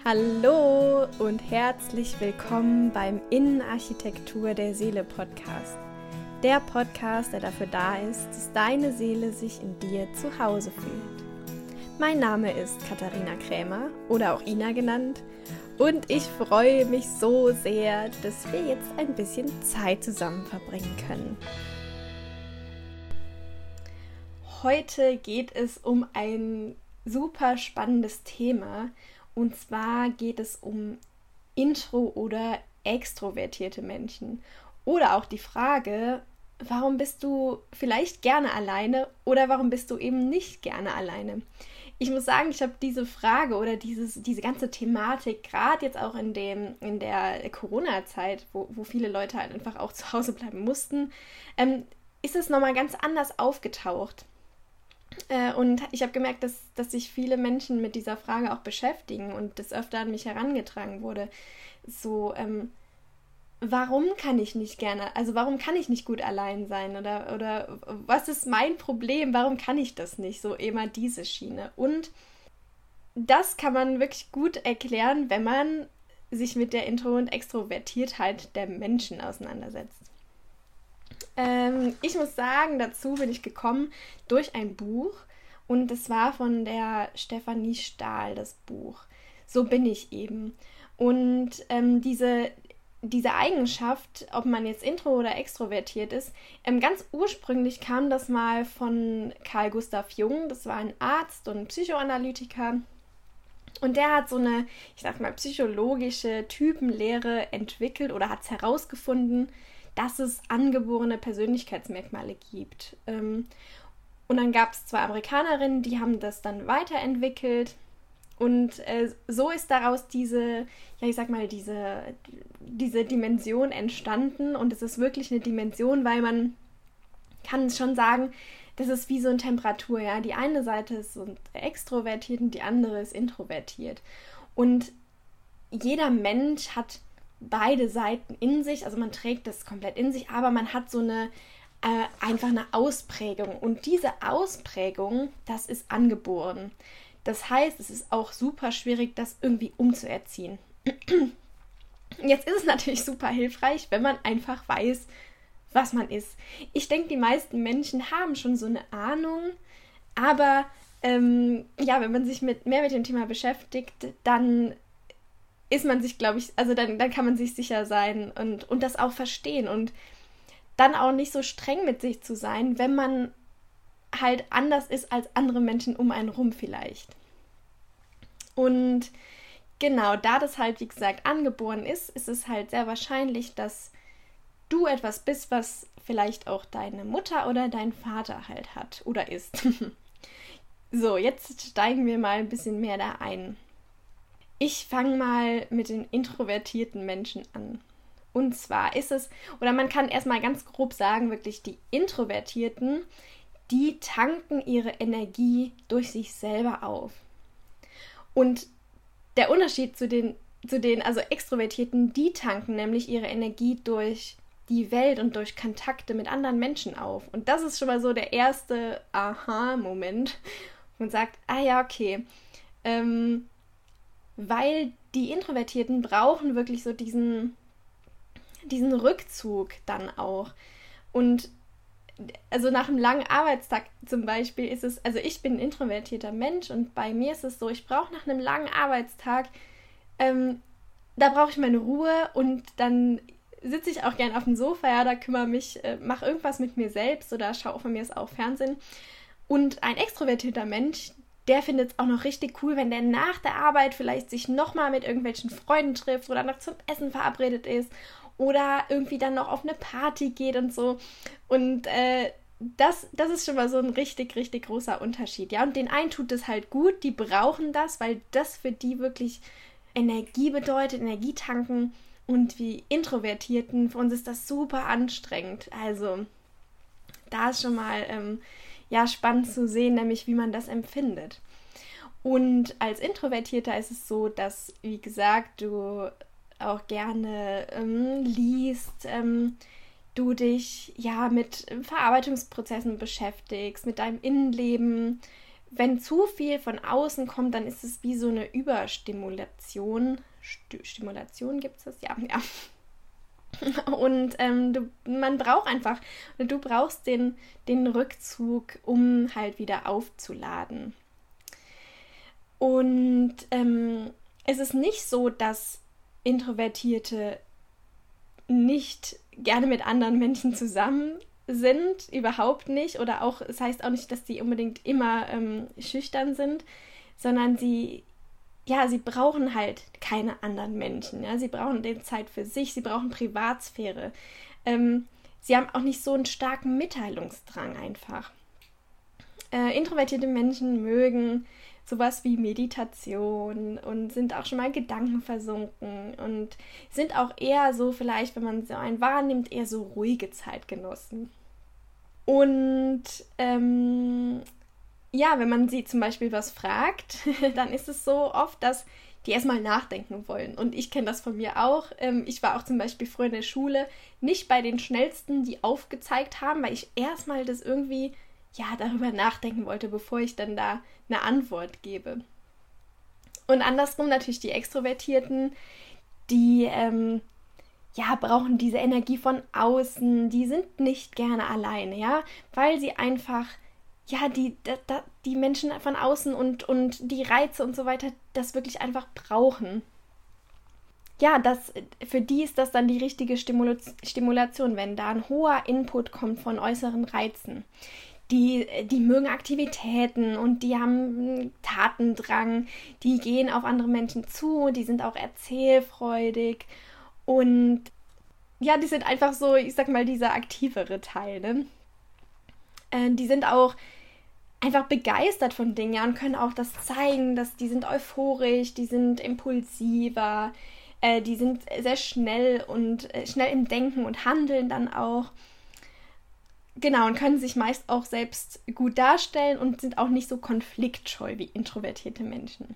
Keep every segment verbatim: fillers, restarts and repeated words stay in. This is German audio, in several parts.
Hallo und herzlich willkommen beim Innenarchitektur der Seele Podcast. Der Podcast, der dafür da ist, dass deine Seele sich in dir zu Hause fühlt. Mein Name ist Katharina Krämer oder auch Ina genannt und ich freue mich so sehr, dass wir jetzt ein bisschen Zeit zusammen verbringen können. Heute geht es um ein super spannendes Thema. Und zwar geht es um intro- oder extrovertierte Menschen. Oder auch die Frage, warum bist du vielleicht gerne alleine oder warum bist du eben nicht gerne alleine? Ich muss sagen, ich habe diese Frage oder dieses, diese ganze Thematik, gerade jetzt auch in, dem, in der Corona-Zeit, wo, wo viele Leute halt einfach auch zu Hause bleiben mussten, ähm, ist es nochmal ganz anders aufgetaucht. Und ich habe gemerkt, dass, dass sich viele Menschen mit dieser Frage auch beschäftigen und das öfter an mich herangetragen wurde. So, ähm, warum kann ich nicht gerne, also warum kann ich nicht gut allein sein? Oder, oder was ist mein Problem? Warum kann ich das nicht? So immer diese Schiene. Und das kann man wirklich gut erklären, wenn man sich mit der Intro- und Extrovertiertheit der Menschen auseinandersetzt. Ähm, ich muss sagen, dazu bin ich gekommen durch ein Buch und das war von der Stefanie Stahl, das Buch. So bin ich eben. Und ähm, diese, diese Eigenschaft, ob man jetzt intro- oder extrovertiert ist, ähm, ganz ursprünglich kam das mal von Carl Gustav Jung, das war ein Arzt und Psychoanalytiker. Und der hat so eine, ich sag mal, psychologische Typenlehre entwickelt oder hat es herausgefunden, dass es angeborene Persönlichkeitsmerkmale gibt. Und dann gab es zwei Amerikanerinnen, die haben das dann weiterentwickelt und so ist daraus diese, ja ich sag mal, diese, diese Dimension entstanden und es ist wirklich eine Dimension, weil man kann schon sagen, das ist wie so eine Temperatur, ja. Die eine Seite ist so extrovertiert und die andere ist introvertiert. Und jeder Mensch hat beide Seiten in sich, also man trägt das komplett in sich, aber man hat so eine, äh, einfach eine Ausprägung und diese Ausprägung, das ist angeboren. Das heißt, es ist auch super schwierig, das irgendwie umzuerziehen. Jetzt ist es natürlich super hilfreich, wenn man einfach weiß, was man ist. Ich denke, die meisten Menschen haben schon so eine Ahnung, aber ähm, ja, wenn man sich mit, mehr mit dem Thema beschäftigt, dann ist man sich, glaube ich, also dann, dann kann man sich sicher sein und, und das auch verstehen und dann auch nicht so streng mit sich zu sein, wenn man halt anders ist als andere Menschen um einen rum vielleicht. Und genau, da das halt, wie gesagt, angeboren ist, ist es halt sehr wahrscheinlich, dass du etwas bist, was vielleicht auch deine Mutter oder dein Vater halt hat oder ist. So, jetzt steigen wir mal ein bisschen mehr da ein. Ich fange mal mit den introvertierten Menschen an. Und zwar ist es, oder man kann erstmal ganz grob sagen, wirklich die Introvertierten, die tanken ihre Energie durch sich selber auf. Und der Unterschied zu den, zu den, also Extrovertierten, die tanken nämlich ihre Energie durch die Welt und durch Kontakte mit anderen Menschen auf. Und das ist schon mal so der erste Aha-Moment. Man sagt, ah ja, okay, ähm, weil die Introvertierten brauchen wirklich so diesen, diesen Rückzug dann auch. Und also nach einem langen Arbeitstag zum Beispiel ist es, also ich bin ein introvertierter Mensch und bei mir ist es so, ich brauche nach einem langen Arbeitstag, ähm, da brauche ich meine Ruhe und dann sitze ich auch gerne auf dem Sofa, ja, da kümmere mich, äh, mache irgendwas mit mir selbst oder schaue von mir aus auch Fernsehen. Und ein extrovertierter Mensch, der findet es auch noch richtig cool, wenn der nach der Arbeit vielleicht sich nochmal mit irgendwelchen Freunden trifft oder noch zum Essen verabredet ist oder irgendwie dann noch auf eine Party geht und so. Und äh, das, das ist schon mal so ein richtig, richtig großer Unterschied. Ja, und den einen tut es halt gut, die brauchen das, weil das für die wirklich Energie bedeutet, Energie tanken. Und wie Introvertierten, für uns ist das super anstrengend. Also da ist schon mal ähm, ja, spannend zu sehen, nämlich wie man das empfindet. Und als Introvertierter ist es so, dass, wie gesagt, du auch gerne ähm, liest, ähm, du dich ja mit Verarbeitungsprozessen beschäftigst, mit deinem Innenleben, wenn zu viel von außen kommt, dann ist es wie so eine Überstimulation. St- Stimulation gibt es das? Ja, ja. Und ähm, du, man braucht einfach, du brauchst den, den Rückzug, um halt wieder aufzuladen. Und ähm, es ist nicht so, dass Introvertierte nicht gerne mit anderen Menschen zusammen sind, überhaupt nicht. Oder auch, es heißt auch nicht, dass die unbedingt immer ähm, schüchtern sind, sondern sie ja, sie brauchen halt keine anderen Menschen. Ja? Sie brauchen die Zeit für sich, sie brauchen Privatsphäre. Ähm, sie haben auch nicht so einen starken Mitteilungsdrang einfach. Äh, introvertierte Menschen mögen sowas wie Meditation und sind auch schon mal gedankenversunken und sind auch eher so vielleicht, wenn man so einen wahrnimmt, eher so ruhige Zeitgenossen. Und ähm, ja, wenn man sie zum Beispiel was fragt, dann ist es so oft, dass die erstmal nachdenken wollen. Und ich kenne das von mir auch. Ich war auch zum Beispiel früher in der Schule nicht bei den Schnellsten, die aufgezeigt haben, weil ich erstmal das irgendwie, ja, darüber nachdenken wollte, bevor ich dann da eine Antwort gebe. Und andersrum natürlich die Extrovertierten, die, ähm, ja, brauchen diese Energie von außen, die sind nicht gerne alleine, ja, weil sie einfach ja, die, da, die Menschen von außen und, und die Reize und so weiter, das wirklich einfach brauchen. Ja, das, für die ist das dann die richtige Stimula- Stimulation, wenn da ein hoher Input kommt von äußeren Reizen. Die, die mögen Aktivitäten und die haben Tatendrang, die gehen auf andere Menschen zu, die sind auch erzählfreudig und ja, die sind einfach so, ich sag mal, dieser aktivere Teil, ne? Äh, die sind auch einfach begeistert von Dingen, ja, und können auch das zeigen, dass die sind euphorisch, die sind impulsiver, äh, die sind sehr schnell und äh, schnell im Denken und Handeln dann auch. Genau, und können sich meist auch selbst gut darstellen und sind auch nicht so konfliktscheu wie introvertierte Menschen.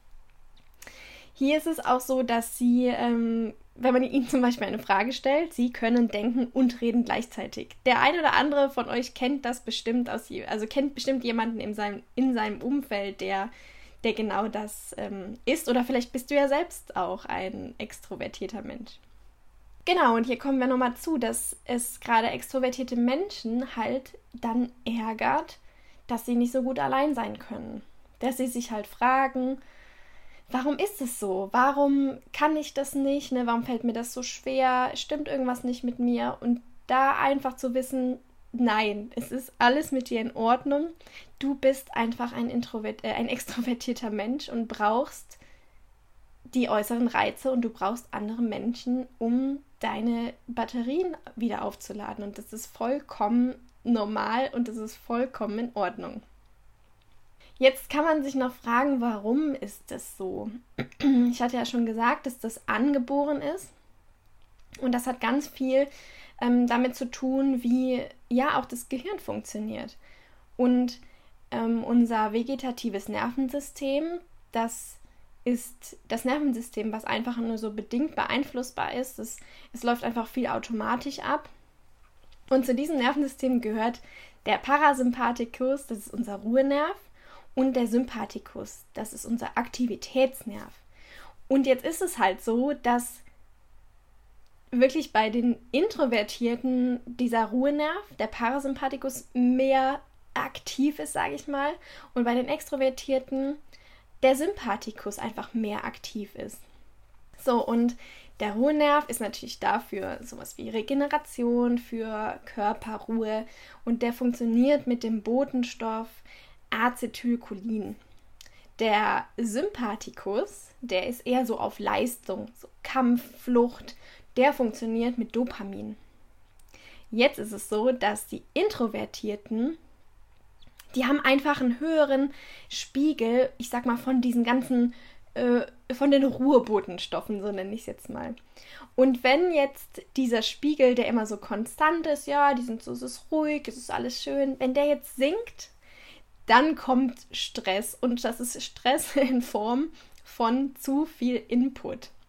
Hier ist es auch so, dass sie, ähm, wenn man ihnen zum Beispiel eine Frage stellt, sie können denken und reden gleichzeitig. Der eine oder andere von euch kennt das bestimmt aus, also kennt bestimmt jemanden in seinem, in seinem Umfeld, der, der genau das ähm, ist. Oder vielleicht bist du ja selbst auch ein extrovertierter Mensch. Genau, und hier kommen wir nochmal zu, dass es gerade extrovertierte Menschen halt dann ärgert, dass sie nicht so gut allein sein können. Dass sie sich halt fragen, warum ist es so? Warum kann ich das nicht? Ne? Warum fällt mir das so schwer? Stimmt irgendwas nicht mit mir? Und da einfach zu wissen, nein, es ist alles mit dir in Ordnung. Du bist einfach ein, Introvert, äh, ein extrovertierter Mensch und brauchst die äußeren Reize und du brauchst andere Menschen, um deine Batterien wieder aufzuladen. Und das ist vollkommen normal und das ist vollkommen in Ordnung. Jetzt kann man sich noch fragen, warum ist das so? Ich hatte ja schon gesagt, dass das angeboren ist. Und das hat ganz viel ähm, damit zu tun, wie ja auch das Gehirn funktioniert. Und ähm, unser vegetatives Nervensystem, das ist das Nervensystem, was einfach nur so bedingt beeinflussbar ist. Es, es läuft einfach viel automatisch ab. Und zu diesem Nervensystem gehört der Parasympathikus, das ist unser Ruhenerv, und der Sympathikus, das ist unser Aktivitätsnerv. Und jetzt ist es halt so, dass wirklich bei den Introvertierten dieser Ruhenerv, der Parasympathikus, mehr aktiv ist, sage ich mal, und bei den Extrovertierten der Sympathikus einfach mehr aktiv ist. So, und der Ruhenerv ist natürlich dafür sowas wie Regeneration, für Körperruhe und der funktioniert mit dem Botenstoff Acetylcholin. Der Sympathikus, der ist eher so auf Leistung, so Kampf, Flucht, der funktioniert mit Dopamin. Jetzt ist es so, dass die Introvertierten, die haben einfach einen höheren Spiegel, ich sag mal, von diesen ganzen, äh, von den Ruhebotenstoffen, so nenne ich es jetzt mal. Und wenn jetzt dieser Spiegel, der immer so konstant ist, ja, die sind so, es ist ruhig, es ist alles schön, wenn der jetzt sinkt, dann kommt Stress und das ist Stress in Form von zu viel Input.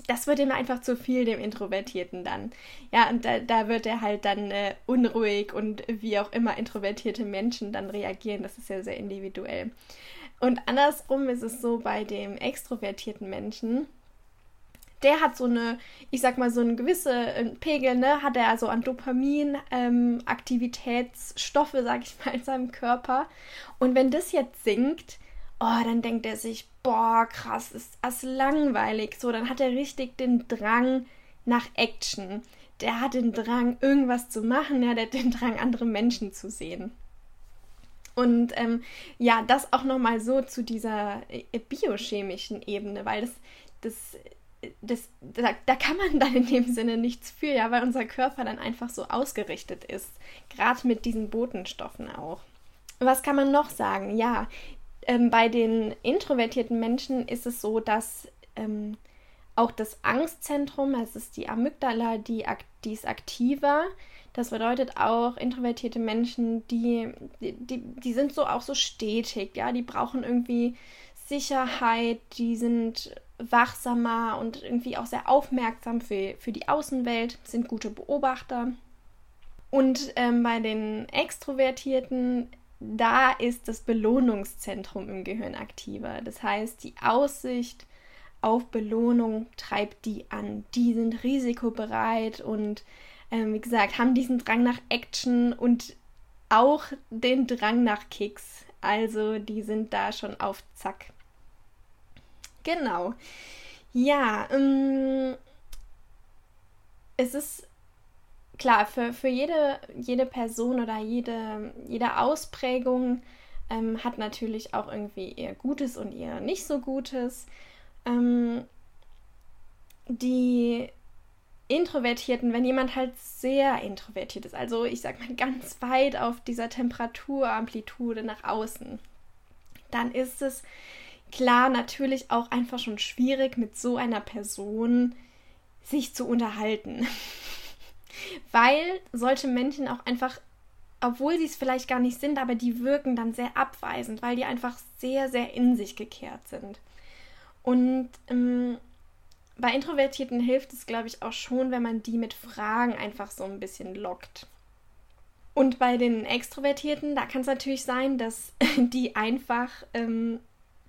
das wird ihm einfach zu viel, dem Introvertierten dann. Ja, und da, da wird er halt dann äh, unruhig und wie auch immer introvertierte Menschen dann reagieren. Das ist ja sehr individuell. Und andersrum ist es so bei dem extrovertierten Menschen, der hat so eine, ich sag mal, so einen gewissen Pegel, ne, hat er also an Dopamin, ähm, Aktivitätsstoffe, sag ich mal, in seinem Körper. Und wenn das jetzt sinkt, oh, dann denkt er sich, boah, krass, ist das langweilig. So, dann hat er richtig den Drang nach Action. Der hat den Drang, irgendwas zu machen, ja, der hat den Drang, andere Menschen zu sehen. Und ähm, ja, das auch nochmal so zu dieser äh, biochemischen Ebene, weil das, das Das, da, da kann man dann in dem Sinne nichts für, ja, weil unser Körper dann einfach so ausgerichtet ist, gerade mit diesen Botenstoffen auch. Was kann man noch sagen? Ja, ähm, bei den introvertierten Menschen ist es so, dass ähm, auch das Angstzentrum, das ist die Amygdala, die, die ist aktiver. Das bedeutet auch, introvertierte Menschen, die, die, die sind so auch so stetig, ja, die brauchen irgendwie Sicherheit, die sind wachsamer und irgendwie auch sehr aufmerksam für, für die Außenwelt, sind gute Beobachter. Und ähm, bei den Extrovertierten, da ist das Belohnungszentrum im Gehirn aktiver. Das heißt, die Aussicht auf Belohnung treibt die an. Die sind risikobereit und ähm, wie gesagt, haben diesen Drang nach Action und auch den Drang nach Kicks. Also die sind da schon auf Zack. Genau. Ja, ähm, es ist klar, für, für jede, jede Person oder jede, jede Ausprägung ähm, hat natürlich auch irgendwie ihr Gutes und ihr nicht so Gutes. Ähm, die Introvertierten, wenn jemand halt sehr introvertiert ist, also ich sag mal ganz weit auf dieser Temperaturamplitude nach außen, dann ist es klar natürlich auch einfach schon schwierig, mit so einer Person sich zu unterhalten. Weil solche Menschen auch einfach, obwohl sie es vielleicht gar nicht sind, aber die wirken dann sehr abweisend, weil die einfach sehr, sehr in sich gekehrt sind. Und ähm, bei Introvertierten hilft es, glaube ich, auch schon, wenn man die mit Fragen einfach so ein bisschen lockt. Und bei den Extrovertierten, da kann es natürlich sein, dass die einfach ähm,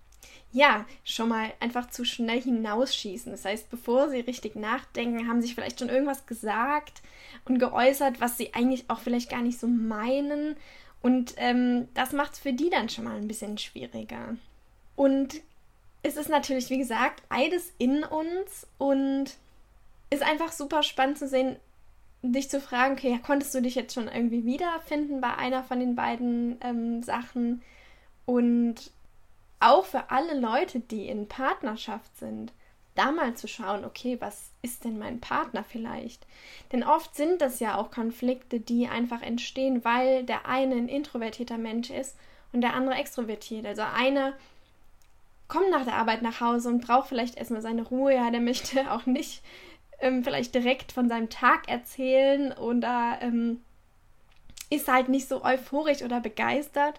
ja, schon mal einfach zu schnell hinausschießen. Das heißt, bevor sie richtig nachdenken, haben sich vielleicht schon irgendwas gesagt und geäußert, was sie eigentlich auch vielleicht gar nicht so meinen. Und ähm, das macht es für die dann schon mal ein bisschen schwieriger. Und es ist natürlich, wie gesagt, beides in uns und ist einfach super spannend zu sehen, dich zu fragen, okay, konntest du dich jetzt schon irgendwie wiederfinden bei einer von den beiden ähm, Sachen? Und auch für alle Leute, die in Partnerschaft sind, da mal zu schauen, okay, was ist denn mein Partner vielleicht? Denn oft sind das ja auch Konflikte, die einfach entstehen, weil der eine ein introvertierter Mensch ist und der andere extrovertiert. Also einer kommt nach der Arbeit nach Hause und braucht vielleicht erstmal seine Ruhe, ja, der möchte auch nicht ähm, vielleicht direkt von seinem Tag erzählen oder ähm, ist halt nicht so euphorisch oder begeistert.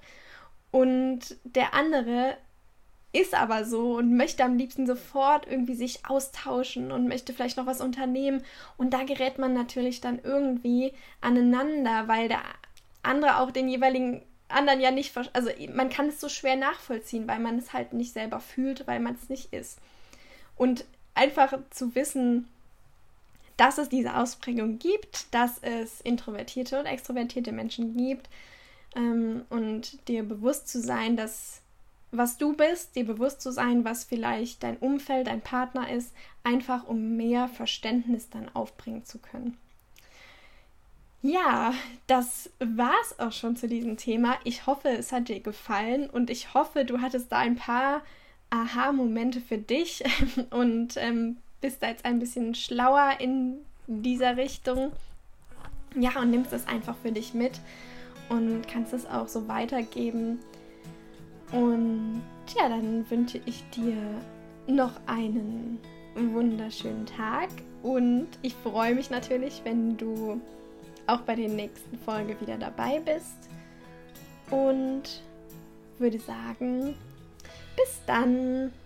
Und der andere ist aber so und möchte am liebsten sofort irgendwie sich austauschen und möchte vielleicht noch was unternehmen. Und da gerät man natürlich dann irgendwie aneinander, weil der andere auch den jeweiligen anderen ja nicht, also man kann es so schwer nachvollziehen, weil man es halt nicht selber fühlt, weil man es nicht ist. Und einfach zu wissen, dass es diese Ausprägung gibt, dass es introvertierte und extrovertierte Menschen gibt ähm, und dir bewusst zu sein, dass was du bist, dir bewusst zu sein, was vielleicht dein Umfeld, dein Partner ist, einfach um mehr Verständnis dann aufbringen zu können. Ja, das war's auch schon zu diesem Thema. Ich hoffe, es hat dir gefallen und ich hoffe, du hattest da ein paar Aha-Momente für dich und ähm, bist da jetzt ein bisschen schlauer in dieser Richtung. Ja, und nimmst es einfach für dich mit und kannst es auch so weitergeben. Und ja, dann wünsche ich dir noch einen wunderschönen Tag und ich freue mich natürlich, wenn du auch bei der nächsten Folge wieder dabei bist und würde sagen, bis dann!